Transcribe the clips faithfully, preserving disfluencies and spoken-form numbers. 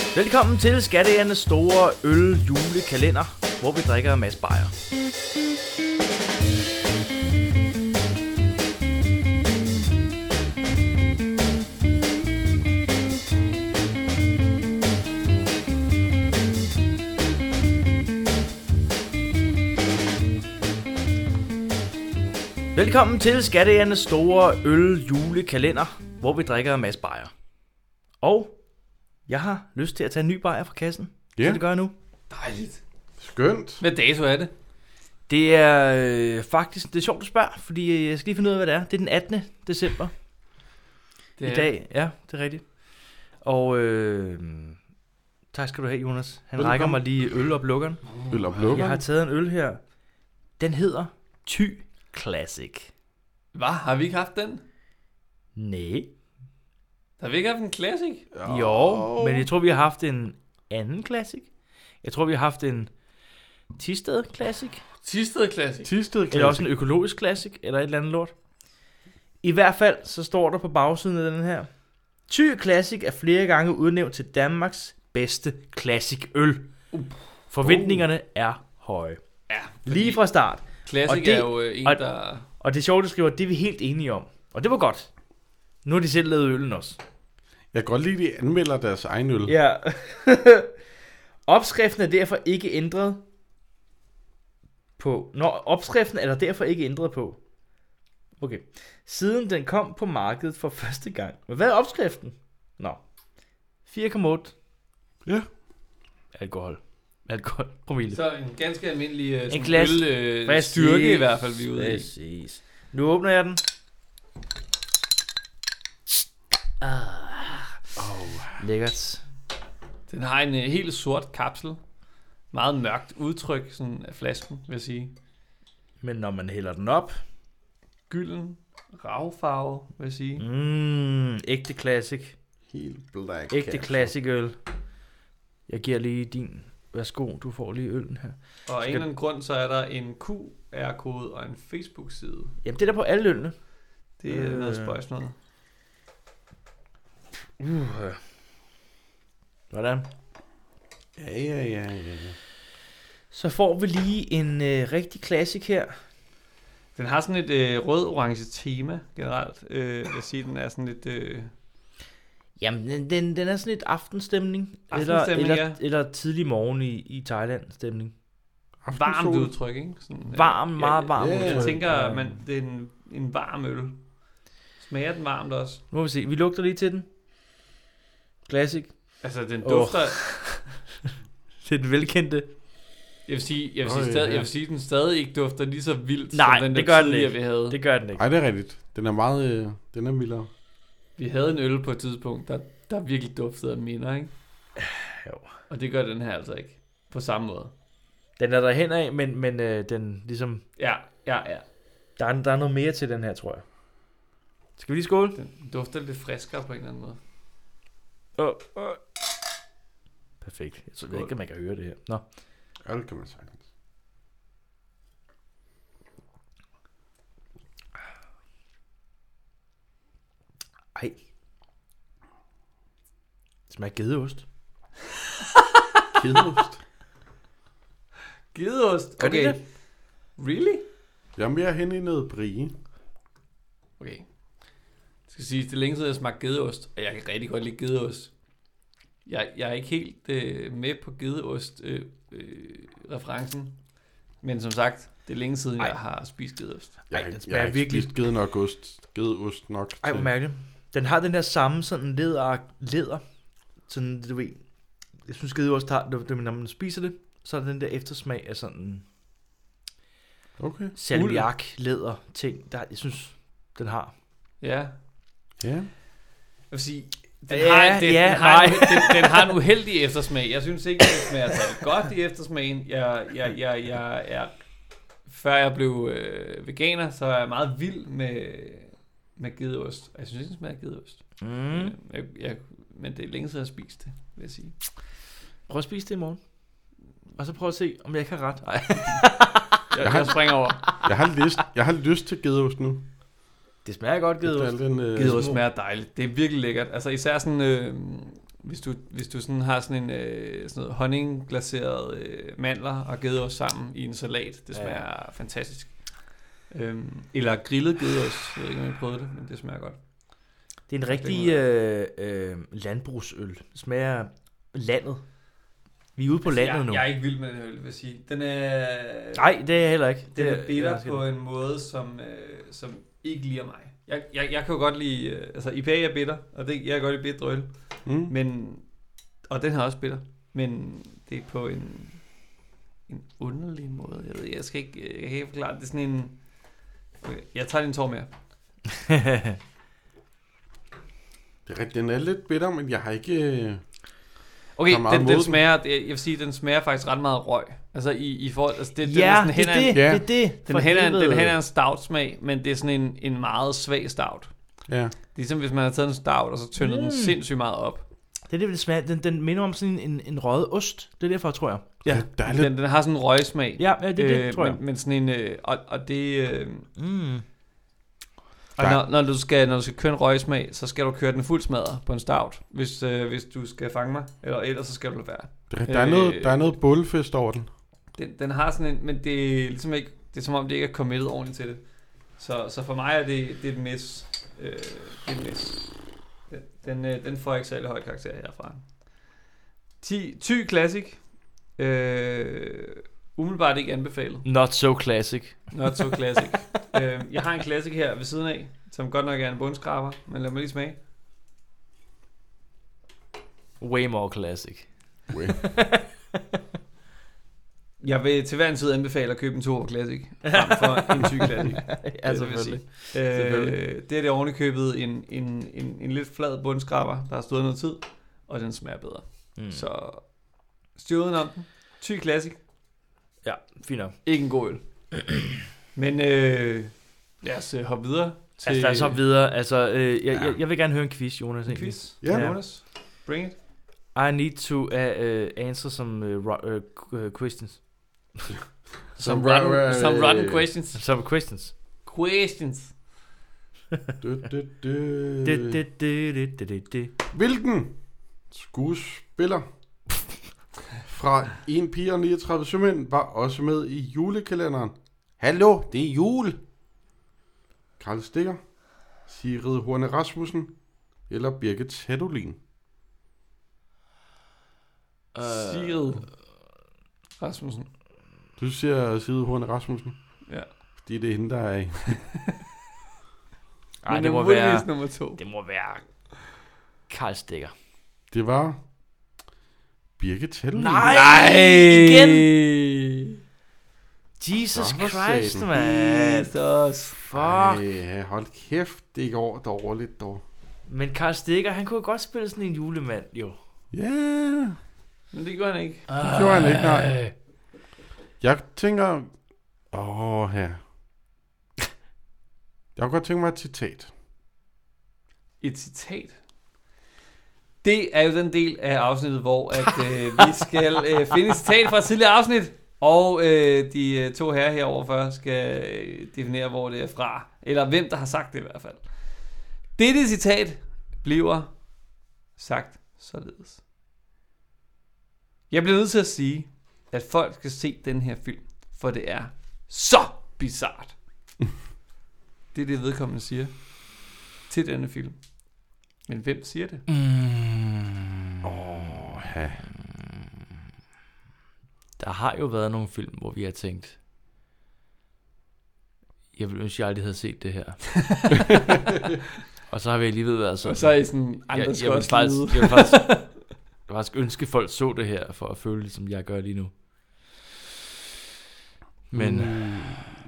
Velkommen til Skattejernes store øl-julekalender, hvor vi drikker en masse bajer. Velkommen til Skattejernes store øl-julekalender, hvor vi drikker en masse bajer. Og jeg har lyst til at tage en ny bajer fra kassen, ja. Så det gør jeg nu. Dejligt. Skønt. Hvad dato er det? Det er øh, faktisk, det er sjovt at spørge, fordi jeg skal lige finde ud af, hvad det er. Det er den attende december. Det er I dag, ja, det er rigtigt. Og øh, tak skal du have, Jonas. Han Velkommen. rækker mig lige øl op lukkeren. Øl op lukkeren. Jeg har taget en øl her. Den hedder Thy Classic. Hvad? Har vi ikke haft den? Nej. Har vi ikke haft en Classic? Jo, jo, men jeg tror, vi har haft en anden Classic. Jeg tror, vi har haft en Thisted Classic. Thisted Classic. Thisted Classic. Eller også en økologisk Classic, eller et eller andet lort. I hvert fald, så står der på bagsiden af den her: Thy Classic er flere gange udnævnt til Danmarks bedste Classic øl. Uh. Forventningerne uh. er høje. Ja. Lige fra start. Classic det, er jo en, og, der... Og det sjove, du skriver, det er vi helt enige om. Og det var godt. Nu har de selv lavet øllen også. Jeg kan godt lide, at de anmelder deres egen øl. Ja. Opskriften er derfor ikke ændret på. Nå, opskriften er der derfor ikke ændret på. Okay. Siden den kom på markedet for første gang. Men hvad er opskriften? Nå. fire komma otte. Ja. Alkohol. Alkohol. Promille. Så en ganske almindelig uh, en glas øl, øh, styrke i hvert fald, vi er ude i. Præcis. Nu åbner jeg den. Ah. Oh. Lækkert. Den har en uh, helt sort kapsel. Meget mørkt udtryk sådan af flasken, vil jeg sige. Men når man hælder den op, gylden, ravfarve, vil jeg sige. Mm, ægte classic. Helt black. Ægte classic øl. Jeg giver lige din. Værsgo, du får lige øllen her. Og af en eller anden grund, så er der en Q R-kode og en Facebook-side. Jamen, det er der på alle ølene. Det er øh... noget spøjs noget. Uh. Hvordan? Ja, ja, ja, ja. Så får vi lige en øh, rigtig classic her. Den har sådan et øh, rød-orange tema generelt. Øh, jeg siger, den er sådan lidt... Øh... Jamen, den, den, den er sådan lidt aftenstemning. Aftenstemning, eller, eller, ja. Eller tidlig morgen i, i Thailand stemning. Varmt udtryk, ikke? Sådan, varm, øh, meget varm ja, udtryk. Jeg tænker, man, det er en, en varm øl. Smager den varmt også? Nu må vi se. Vi lugter lige til den. Classic. Altså, den dufter... Oh. Det er den velkendte. Jeg vil sige, jeg vil sige, oh, stadig, ja. jeg vil sige, den stadig ikke dufter lige så vildt, Nej, som den det der gør tidligere, den vi havde. Det gør den ikke. Nej, det er rigtigt. Den er meget... Øh, den er mildere. Vi havde en øl på et tidspunkt, der, der virkelig duftede af minder, ikke? Jo. Og det gør den her altså ikke. På samme måde. Den er der hen af, men, men øh, den ligesom... Ja, ja, ja. Der er, der er noget mere til den her, tror jeg. Skal vi lige skåle? Den dufter lidt friskere på en eller anden måde. Oh, oh. Perfekt. Jeg tror ikke, at man kan høre det her. Nå. Ja, det kan man sagtens. Ej. Det smager gedeost. Gedeost? Gedeost? Okay. Det det? Really? Jeg er mere hen i noget brie. Okay. Jeg skal sige, det er længe siden, jeg smagte gedeost, og jeg kan rigtig godt lide gedeost. Jeg, jeg er ikke helt øh, med på gedeost-referencen. Øh, øh, men som sagt, det er længe siden, Ej. jeg har spist gedeost. Jeg, Ej, jeg, jeg har ikke virkelig... spist gede nok ost. Gedeost nok. Ej, hvor mærkeligt. Den har den der samme sådan leder, leder. Sådan, du ved. Jeg synes, gedeost har, det, når man spiser det, så er den der eftersmag af sådan... Okay. Salmiak, læder, ting. Der, jeg synes, den har. Ja. Ja. Jeg vil sige... Den, ja, har, den, ja, den, har en, den, den har en uheldig eftersmag. Jeg synes ikke, det smager så godt i eftersmagen. Jeg, jeg, jeg, jeg, jeg, før jeg blev øh, veganer, så er jeg meget vild med, med gedeost. Jeg synes ikke, det smager gedeost. Mm. Jeg, jeg, men det er længe siden, jeg har spist det, vil jeg sige. Prøv at spise det i morgen. Og så prøv at se, om jeg kan ret. Nej. jeg, jeg, jeg springer over. Jeg har lyst, jeg har lyst til gedeost nu. Det smager godt, gedeost. Øh, gedeost smager dejligt. Det er virkelig lækkert. Altså især sådan, øh, hvis du, hvis du sådan har sådan en øh, sådan noget honningglaseret øh, mandler og gedeost sammen i en salat, det smager ja. fantastisk. Øhm, eller grillet gedeost, jeg ved ikke, om jeg prøvede det, men det smager godt. Det er en rigtig øh, øh, landbrugsøl. Det smager landet. Vi er ude på altså, landet jeg, nu. Jeg er ikke vild med den øl, vil jeg sige. Den er... Nej, det er jeg heller ikke. Den det er bitter det er på en måde, som, øh, som ikke liger mig. Jeg, jeg, jeg kan jo godt lide... Øh, altså, I P A er bitter, og det, jeg kan godt lide bitter øl. Mm. Men... Og den har også bitter. Men det er på en... En underlig måde. Jeg ved, jeg skal ikke... Jeg kan ikke forklare det. Det er sådan en... Okay, jeg tager din tår mere. Det er rigtigt, den er lidt bitter, men jeg har ikke... øh, Okay, har meget den, mod den den. smager, jeg vil sige, den smager faktisk ret meget røg. Altså i, i forhold, altså det, Ja, den er det sådan er hen det. ad Ja. Det er det. Den For hen er en, den helvede. hen er en stout smag, men det er sådan en, en meget svag stout. Ja. Det er ligesom hvis man har taget en stout, og så tyndet mm. Mm. den sindssygt meget op. Det er det, det smager. Den, den minder om sådan en, en røget ost. Det er derfor, tror jeg. Ja, der er lidt... Den, den har sådan en røgsmag. Ja, ja det er det, øh, tror jeg. Men, men sådan en, øh, og, og det... Øh, Mm. og når, når, du skal, når du skal køre en røgsmag, så skal du køre den fuld smadret på en stout, hvis, øh, hvis du skal fange mig, eller ellers så skal du lade være. Der, der, er noget, der er noget bullfest over den. Den, den har sådan en, men det er ligesom ikke, det er som om det ikke er committed ordentligt til det. Så, så for mig er det, det er et miss. Øh, det er et miss. Den, den, øh, den får ikke særlig høj karakter herfra. ti Thy Classic. Øh, umiddelbart ikke anbefalet. Not so classic. Not so classic. øh, jeg har en classic her ved siden af, som godt nok er en bundskraber, men lad mig lige smage. Way more classic. Way. Jeg vil til hver en tid anbefale at købe en Tuborg Classic frem for en Thy Classic. Ja, Det vil jeg selvfølgelig. Øh, Selvfølgelig. det er det ovenikøbet en, en, en, en lidt flad bundskraber, der har stået noget tid, og den smager bedre. Mm. Mm. Så styr udenom den. Thy Classic. Ja, fint nok. Ikke en god øl. Men øh, lad os øh, hoppe videre til Altså, lad os hoppe videre. Altså, øh, jeg, jeg, jeg vil gerne høre en quiz, Jonas. en egentlig. quiz. Ja. Ja. Jonas, bring it. I need to uh, answer some uh, ro- uh, questions. Some ra- rotten, ra- some rotten øh, questions. Some questions. Questions. Du, du, du. Det, det, det, det, det, det, det. Hvilken skuespiller fra En pige og niogtredive sømænd var også med i julekalenderen? Hallo, det er jul! Karl Stikker, Sigrid Horne Rasmussen eller Birgit Tedolin? Uh, Sigrid Rasmussen. Du siger Sigrid Horne Rasmussen? Ja. Fordi det er hende, der er i. Ej, Men det må muligvis være, nummer to. det må være Karl Stikker. Det var Birgit Tedolin. Nej! Igen! Jesus Nå, for Christ, satan. man. Jesus. Fuck. Ej, hold kæft, det går dårligt dog. Men Karl Stikker, han kunne jo godt spille sådan en julemand, jo. Ja, yeah. Men det gjorde han ikke. Det gjorde han ikke, nej. Jeg tænker... Åh, her. Jeg kunne godt tænke mig et citat. Et citat. Det er jo den del af afsnittet, hvor at, øh, vi skal øh, finde et citat fra et tidligere afsnit, og øh, de øh, to herrer herovre før skal øh, definere, hvor det er fra, eller hvem der har sagt det i hvert fald. Dette citat bliver sagt således. Jeg bliver nødt til at sige, at folk skal se den her film, for det er så bizart. Det er det, vedkommende siger til denne film. Men hvem siger det? Mm. Åh, ja. Der har jo været nogle film, hvor vi har tænkt, jeg ville ønske, jeg aldrig havde set det her. Og så har vi alligevel været sådan. Og så er I sådan, andre jeg, skal jeg, vil også faktisk, lide. jeg, vil faktisk, jeg vil faktisk ønske, at folk så det her, for at føle det, som jeg gør lige nu. Men... Mm.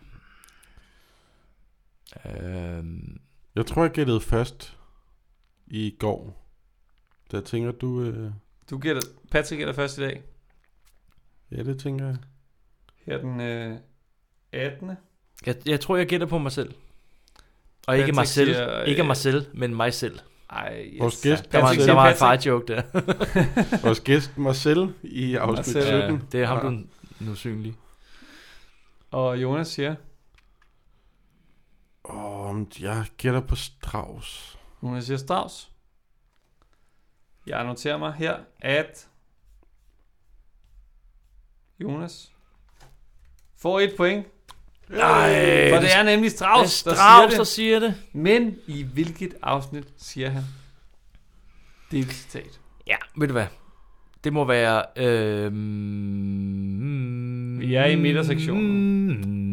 Øhm, Jeg tror, jeg gættede først i går. Der tænker du... Øh... Du gætter, Patrick gætter først i dag. Ja, det tænker jeg. Her den øh, attende jeg, jeg tror, jeg gætter på mig selv. Og Patrick ikke mig selv, siger, øh, ikke mig selv, men mig selv. Ej, yes. Vores gæst, Der var, Patrick der siger var en Patrick. far-joke der. Vores gæst Marcel i afsnit Marcel, Ja, sytten. det er ham, Ja. den nu synlig. Og Jonas siger, Åh, jeg gætter på Strauss. Jonas siger Strauss. Jeg noterer mig her, at Jonas får et point. Nej, For det er nemlig Strauss, der Strauss, siger der det. siger det. Men i hvilket afsnit siger han? Det er et citat. Ja, ved du hvad? Det må være... Øh... Vi er i midtersektionen.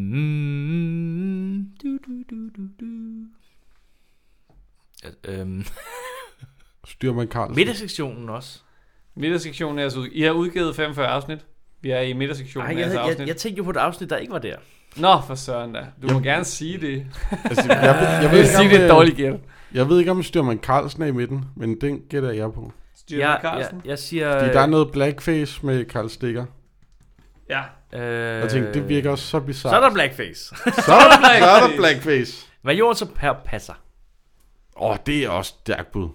Du, du, du, du, du. Ja, øhm. Styrmand Carlsen. Midtersektionen også. Midtersektionen er altså ud... I har udgivet femogfyrre afsnit. Vi er i midtersektionen Ej, af jeg, altså jeg, afsnit. jeg, jeg tænkte jo på et afsnit, der ikke var der. Nå, for søren da. Du må Jamen. gerne sige det. Altså, jeg, jeg, jeg, Jeg ved vil ikke, sige, om, det er et øh, dårligt gæt. jeg ved ikke, om Styrmand Carlsen er i midten, men den gætter jeg på. Styrmand Jeg, Carlsen. jeg, jeg siger... Fordi der er noget blackface med Karl Stikker. Ja. Øh, Jeg tænkte, det virker også så bizarrt. Så er der blackface. så, er der, så er der blackface. Hvad gjorde så her passer? Åh, oh, det er også stærkt bud.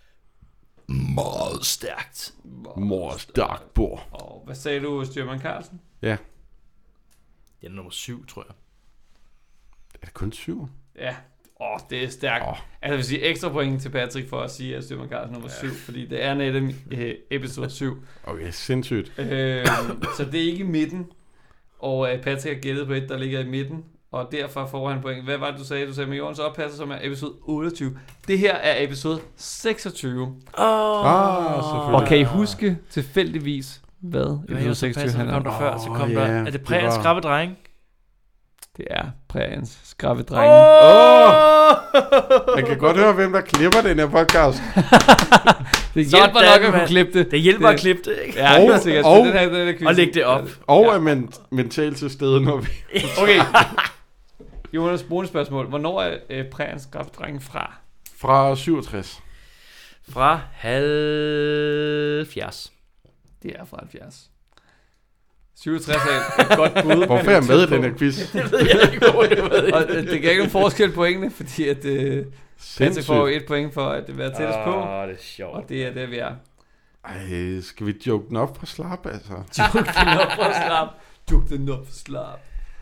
Meget stærkt. Mor stærkt bud. Og hvad sagde du, Styrmand Carlsen? Ja. Det er nummer syv, tror jeg. Er det kun syv? Ja. Åh, oh, det er stærkt. Åh. Oh. Altså, jeg vil sige ekstra point til Patrick for at sige, at Styrmand Carlsen nummer syv, fordi det er netop øh, episode syv. Okay, sindssygt. øh, så det er ikke i midten. Og øh, Patrick har gættet på et, der ligger i midten. Og derfor får han point. Hvad var det, du sagde? Du sagde med Jordens oppasser, som er episode otteogtyve. Det her er episode seksogtyve. Åh. Ah, selvfølgelig. Og kan I huske tilfældigvis, hvad Hvad episode ellers seksogtyve passer, handler kom om? der før, så kom Åh, der... ja, Er det det prægens var- skrappe dreng? Det er præriens skrabbedrenge. Åh! Man kan godt høre, hvem der klipper den her podcast. Det Sådan, hjælper nok at kunne mand. klippe det. Det hjælper Det- at klippe det, ikke? Ja, Og- helt sikkert. og- Så den her, den her quiz. Og læg det op. Og Ja. er men, mentalt til stede, når vi... Okay. Jonas, bonusspørgsmål. Hvornår er øh, præriens skrabbedrenge fra? Fra syvogtres. Fra halvfjerds. Det er fra halvfjerds. syvogtres er et, et godt bud. Hvorfor er jeg med i den her quiz? Det ved jeg ikke, hvor det ved. Og øh, det gør ikke nogen forskel på pointene, fordi at øh, Patrick får jo Sindssygt. et point for at være tættest på. Åh, det er sjovt. Og det er det, vi er. Ej, skal vi joke den op fra slap, altså? Juk den op for slap. Juk den op for slap.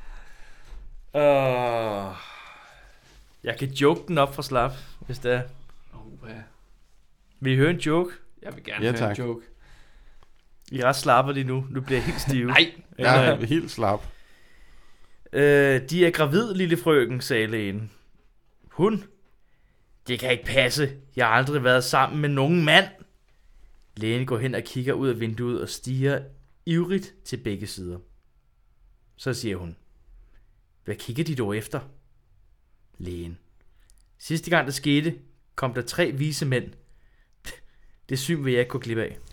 Uh, jeg kan joke den op for slap, hvis det er. Oh, ja. Vil I høre en joke? Jeg vil gerne Ja, høre tak. en joke. I er ret slapper lige nu. Nu bliver jeg helt stiv. Nej. Jeg er helt slap. Øh, de er gravid, lille frøken, sagde lægen. Hun? Det kan ikke passe. Jeg har aldrig været sammen med nogen mand. Lægen går hen og kigger ud af vinduet og stiger ivrigt til begge sider. Så siger hun. Hvad kigger de dog efter? Lægen. Sidste gang det skete, kom der tre vise mænd. Det syn vil jeg ikke gå glip af.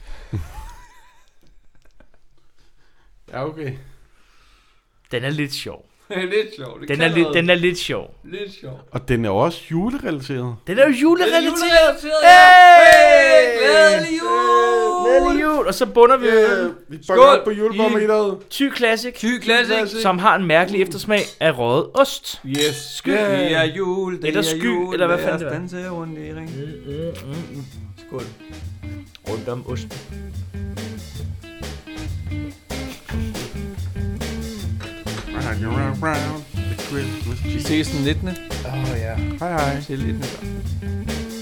Ja, okay. Den er lidt sjov. Lidt sjovt. Det Den kan er, lidt, noget. den er lidt sjov. Lidt sjovt. Og den er også julerelateret. Den er jo julerelateret. julerelateret, Hey! Glædelig jul! Glædelig jul! Og så bunder vi Øh, vi Skål! bakker op på julebarometeret. Ty Classic, Ty Classic. som har en mærkelig eftersmag af røget ost. Yes, skyld. Ja. Det er jul, det Eller er sky, jul. eller hvad lad fanden os det var. danse rundt i ring. Skål. Rundt om osten. Round and round, round, the Christmas Vi tree. ses den nittende Åh oh, ja. Hej hej. til nittende